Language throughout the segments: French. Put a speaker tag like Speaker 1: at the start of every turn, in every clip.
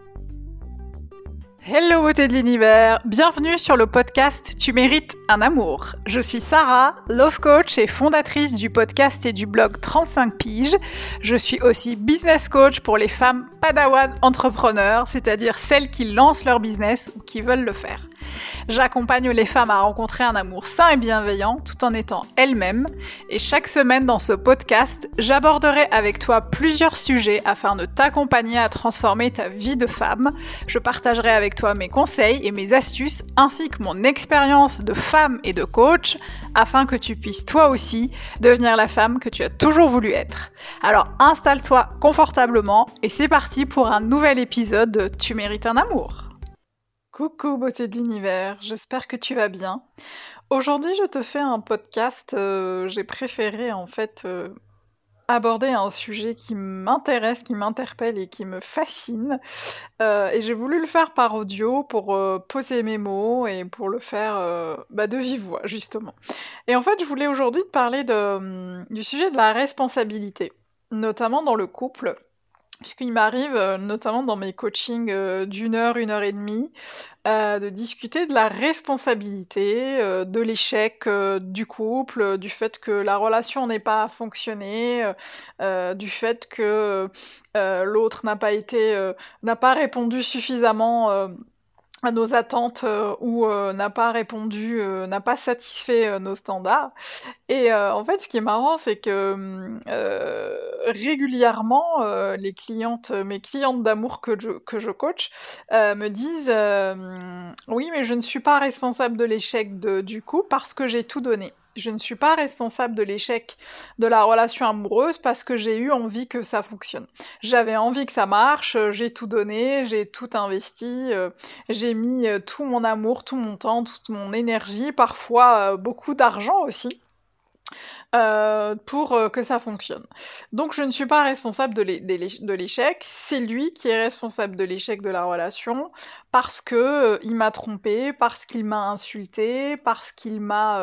Speaker 1: Hello beauté de l'univers, bienvenue sur le podcast Tu mérites un amour. Je suis Sarah, love coach et fondatrice du podcast et du blog 35 piges. Je suis aussi business coach pour les femmes padawan entrepreneurs, c'est-à-dire celles qui lancent leur business ou qui veulent le faire. J'accompagne les femmes à rencontrer un amour sain et bienveillant tout en étant elles-mêmes. Et chaque semaine dans ce podcast, j'aborderai avec toi plusieurs sujets afin de t'accompagner à transformer ta vie de femme. Je partagerai avec toi mes conseils et mes astuces ainsi que mon expérience de femme et de coach afin que tu puisses toi aussi devenir la femme que tu as toujours voulu être. Alors installe-toi confortablement et c'est parti pour un nouvel épisode de Tu mérites un amour. Coucou beauté de l'univers, j'espère que tu vas bien. Aujourd'hui je te fais un podcast, j'ai préféré aborder un sujet qui m'intéresse, qui m'interpelle et qui me fascine. Et j'ai voulu le faire par audio pour poser mes mots et pour le faire de vive voix justement. Et en fait je voulais aujourd'hui te parler du sujet de la responsabilité, notamment dans le couple. Puisqu'il m'arrive, notamment dans mes coachings d'1 heure, 1 heure et demie, de discuter de la responsabilité, de l'échec du couple, du fait que la relation n'ait pas fonctionné, du fait que l'autre n'a pas répondu suffisamment à nos attentes ou n'a pas satisfait nos standards. Et en fait, ce qui est marrant, c'est que régulièrement, mes clientes d'amour que je coach, me disent oui, mais je ne suis pas responsable de l'échec du couple parce que j'ai tout donné. Je ne suis pas responsable de l'échec de la relation amoureuse parce que j'ai eu envie que ça fonctionne. J'avais envie que ça marche, j'ai tout donné, j'ai tout investi, j'ai mis tout mon amour, tout mon temps, toute mon énergie, parfois beaucoup d'argent aussi. Pour que ça fonctionne. Donc je ne suis pas responsable de l'échec, c'est lui qui est responsable de l'échec de la relation, parce que il m'a trompée, parce qu'il m'a insultée, parce qu'il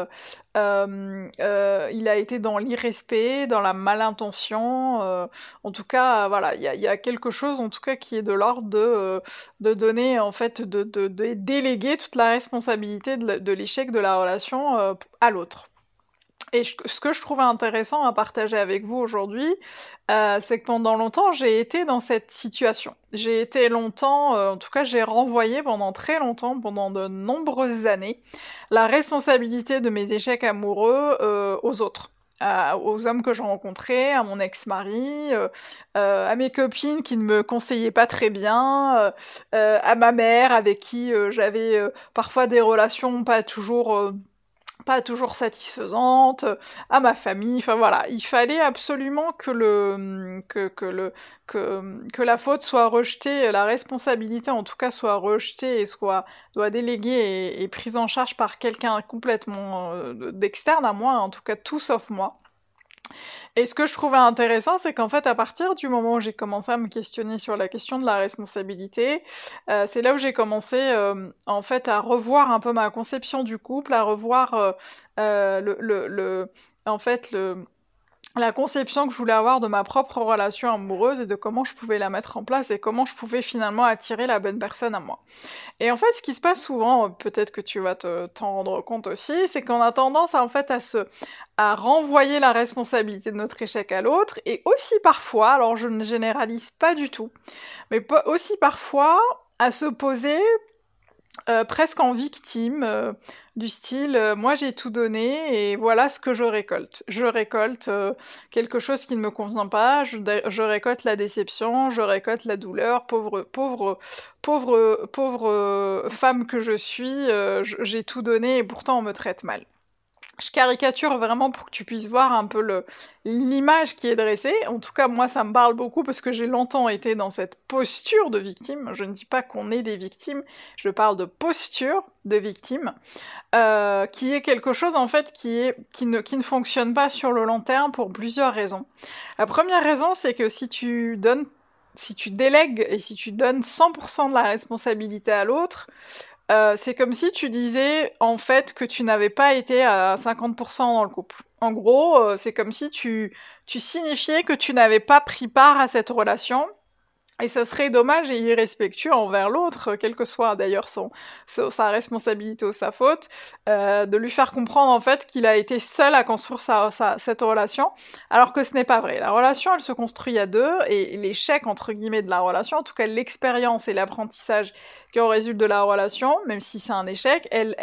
Speaker 1: a été dans l'irrespect, dans la malintention, en tout cas, voilà, il y a quelque chose, en tout cas, qui est de l'ordre de donner, en fait, de déléguer toute la responsabilité de l'échec de la relation à l'autre. Et ce que je trouvais intéressant à partager avec vous aujourd'hui, c'est que pendant longtemps, j'ai été dans cette situation. J'ai été longtemps, en tout cas j'ai renvoyé pendant très longtemps, pendant de nombreuses années, la responsabilité de mes échecs amoureux aux autres. Aux hommes que j'ai rencontrés, à mon ex-mari, à mes copines qui ne me conseillaient pas très bien, à ma mère avec qui j'avais parfois des relations pas toujours satisfaisante, à ma famille, enfin voilà, il fallait absolument que la faute soit rejetée, la responsabilité en tout cas soit rejetée et soit déléguée et prise en charge par quelqu'un complètement d'externe à moi, en tout cas tout sauf moi. Et ce que je trouvais intéressant, c'est qu'en fait, à partir du moment où j'ai commencé à me questionner sur la question de la responsabilité, c'est là où j'ai commencé, en fait, à revoir un peu ma conception du couple, à revoir la conception que je voulais avoir de ma propre relation amoureuse et de comment je pouvais la mettre en place et comment je pouvais finalement attirer la bonne personne à moi. Et en fait, ce qui se passe souvent, peut-être que tu vas t'en rendre compte aussi, c'est qu'on a tendance à renvoyer la responsabilité de notre échec à l'autre, et aussi parfois, alors je ne généralise pas du tout, mais aussi parfois à se poser presque en victime, du style moi j'ai tout donné et voilà ce que je récolte. Je récolte quelque chose qui ne me convient pas, je récolte la déception, je récolte la douleur, pauvre femme que je suis, j'ai tout donné et pourtant on me traite mal. Je caricature vraiment pour que tu puisses voir un peu l'image qui est dressée. En tout cas, moi, ça me parle beaucoup parce que j'ai longtemps été dans cette posture de victime. Je ne dis pas qu'on est des victimes, je parle de posture de victime, qui est quelque chose, en fait, qui ne fonctionne pas sur le long terme pour plusieurs raisons. La première raison, c'est que si tu délègues et si tu donnes 100% de la responsabilité à l'autre, c'est comme si tu disais, en fait, que tu n'avais pas été à 50% dans le couple. En gros, c'est comme si tu signifiais que tu n'avais pas pris part à cette relation, Et ça serait dommage et irrespectueux envers l'autre, quelle que soit d'ailleurs sa responsabilité ou sa faute, de lui faire comprendre en fait qu'il a été seul à construire cette relation, alors que ce n'est pas vrai. La relation, elle se construit à deux, et l'échec entre guillemets de la relation, en tout cas l'expérience et l'apprentissage qui en résulte de la relation, même si c'est un échec, elle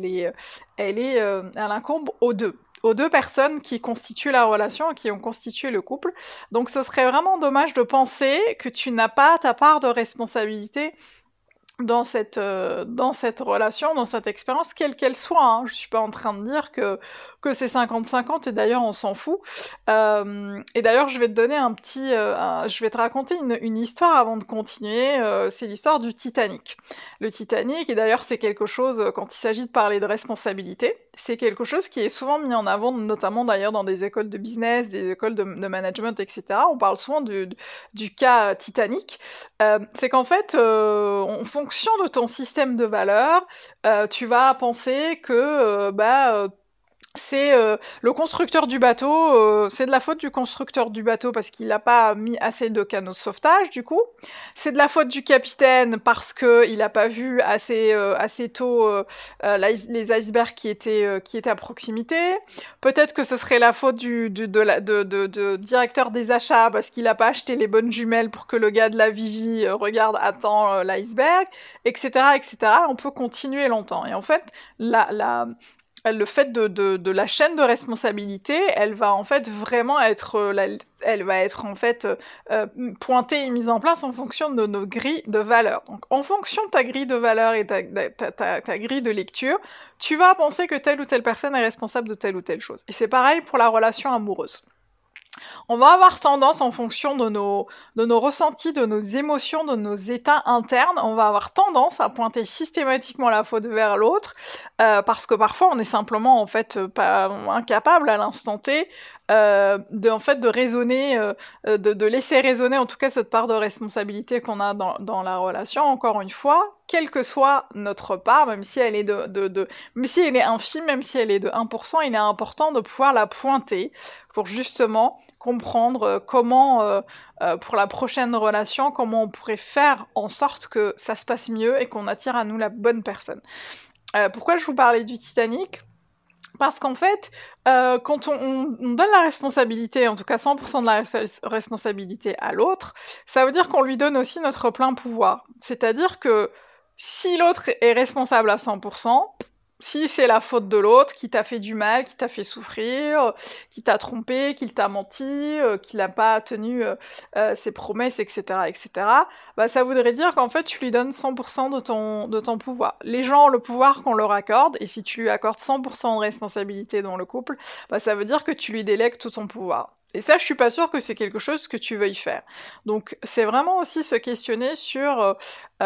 Speaker 1: incombe aux deux personnes qui constituent la relation, qui ont constitué le couple. Donc ce serait vraiment dommage de penser que tu n'as pas ta part de responsabilité dans cette relation, dans cette expérience, quelle qu'elle soit. Hein. Je suis pas en train de dire que c'est 50-50, et d'ailleurs on s'en fout. Et d'ailleurs je vais te donner je vais te raconter une histoire avant de continuer. C'est l'histoire du Titanic. Le Titanic, et d'ailleurs c'est quelque chose, quand il s'agit de parler de responsabilité, c'est quelque chose qui est souvent mis en avant, notamment d'ailleurs dans des écoles de business, des écoles de management, etc. On parle souvent du cas Titanic. C'est qu'en fait, en fonction de ton système de valeurs, tu vas penser que c'est le constructeur du bateau, c'est de la faute du constructeur du bateau parce qu'il n'a pas mis assez de canaux de sauvetage, du coup. C'est de la faute du capitaine parce qu'il n'a pas vu assez tôt les icebergs qui étaient à proximité. Peut-être que ce serait la faute du directeur des achats parce qu'il n'a pas acheté les bonnes jumelles pour que le gars de la vigie attend l'iceberg, etc., etc. On peut continuer longtemps. Et en fait, le fait de la chaîne de responsabilité, elle va en fait vraiment être pointée et mise en place en fonction de nos grilles de valeurs. Donc en fonction de ta grille de valeurs et ta grille de lecture, tu vas penser que telle ou telle personne est responsable de telle ou telle chose. Et c'est pareil pour la relation amoureuse. On va avoir tendance, en fonction de nos ressentis, de nos émotions, de nos états internes, on va avoir tendance à pointer systématiquement la faute vers l'autre, parce que parfois on est simplement en fait pas incapable à l'instant T de raisonner, de laisser résonner en tout cas cette part de responsabilité qu'on a dans la relation. Encore une fois, quelle que soit notre part, même si elle est même si elle est infime, même si elle est de 1%, il est important de pouvoir la pointer pour justement comprendre comment, pour la prochaine relation, comment on pourrait faire en sorte que ça se passe mieux et qu'on attire à nous la bonne personne. Pourquoi je vous parlais du Titanic ? Parce qu'en fait, quand on donne la responsabilité, en tout cas 100% de la responsabilité à l'autre, ça veut dire qu'on lui donne aussi notre plein pouvoir. C'est-à-dire que si l'autre est responsable à 100%, si c'est la faute de l'autre, qui t'a fait du mal, qui t'a fait souffrir, qui t'a trompé, qui t'a menti, qui n'a pas tenu ses promesses, etc., etc., ça voudrait dire qu'en fait, tu lui donnes 100% de ton pouvoir. Les gens ont le pouvoir qu'on leur accorde, et si tu lui accordes 100% de responsabilité dans le couple, ça veut dire que tu lui délègues tout ton pouvoir. Et ça, je suis pas sûre que c'est quelque chose que tu veuilles faire. Donc, c'est vraiment aussi se questionner sur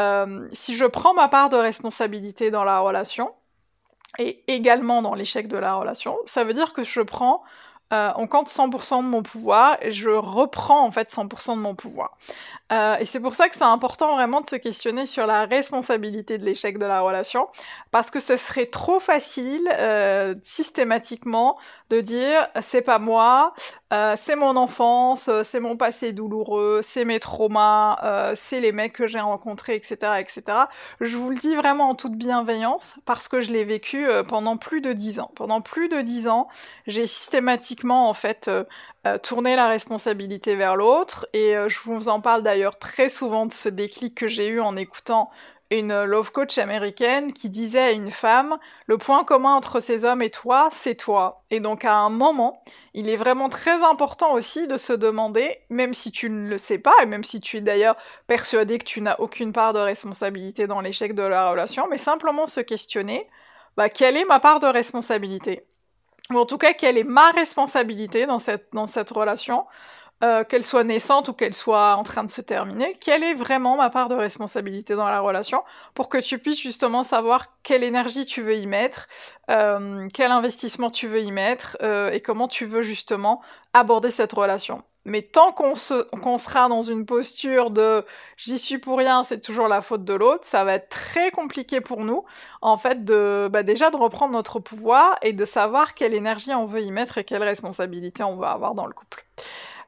Speaker 1: si je prends ma part de responsabilité dans la relation, et également dans l'échec de la relation, ça veut dire que je prends en compte 100% de mon pouvoir, et je reprends en fait 100% de mon pouvoir. Et c'est pour ça que c'est important vraiment de se questionner sur la responsabilité de l'échec de la relation, parce que ce serait trop facile, systématiquement, de dire « c'est pas moi, c'est mon enfance, c'est mon passé douloureux, c'est mes traumas, c'est les mecs que j'ai rencontrés, etc., etc. » Je vous le dis vraiment en toute bienveillance, parce que je l'ai vécu pendant plus de 10 ans. Pendant plus de 10 ans, j'ai systématiquement, en fait, tourner la responsabilité vers l'autre, et je vous en parle d'ailleurs très souvent de ce déclic que j'ai eu en écoutant une love coach américaine qui disait à une femme « Le point commun entre ces hommes et toi, c'est toi ». Et donc à un moment, il est vraiment très important aussi de se demander, même si tu ne le sais pas, et même si tu es d'ailleurs persuadé que tu n'as aucune part de responsabilité dans l'échec de la relation, mais simplement se questionner quelle est ma part de responsabilité ? Ou en tout cas, quelle est ma responsabilité dans cette relation, qu'elle soit naissante ou qu'elle soit en train de se terminer, quelle est vraiment ma part de responsabilité dans la relation, pour que tu puisses justement savoir quelle énergie tu veux y mettre, quel investissement tu veux y mettre, et comment tu veux justement aborder cette relation. Mais tant qu'on sera dans une posture de « j'y suis pour rien, c'est toujours la faute de l'autre », ça va être très compliqué pour nous, en fait, déjà de reprendre notre pouvoir et de savoir quelle énergie on veut y mettre et quelle responsabilité on va avoir dans le couple.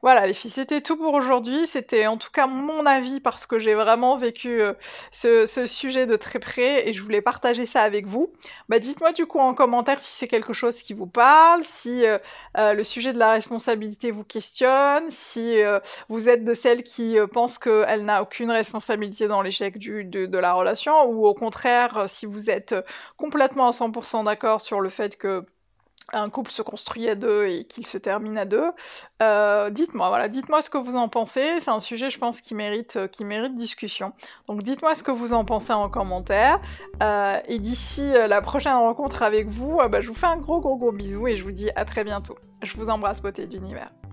Speaker 1: Voilà les filles, c'était tout pour aujourd'hui. C'était en tout cas mon avis parce que j'ai vraiment vécu ce sujet de très près et je voulais partager ça avec vous. Dites-moi du coup en commentaire si c'est quelque chose qui vous parle, si le sujet de la responsabilité vous questionne, si vous êtes de celles qui pensent qu'elle n'a aucune responsabilité dans l'échec de la relation, ou au contraire, si vous êtes complètement à 100% d'accord sur le fait que un couple se construit à deux et qu'il se termine à deux. Dites-moi ce que vous en pensez. C'est un sujet, je pense, qui mérite discussion. Donc dites-moi ce que vous en pensez en commentaire. Et d'ici la prochaine rencontre avec vous, je vous fais un gros bisou et je vous dis à très bientôt. Je vous embrasse, beauté de l'univers.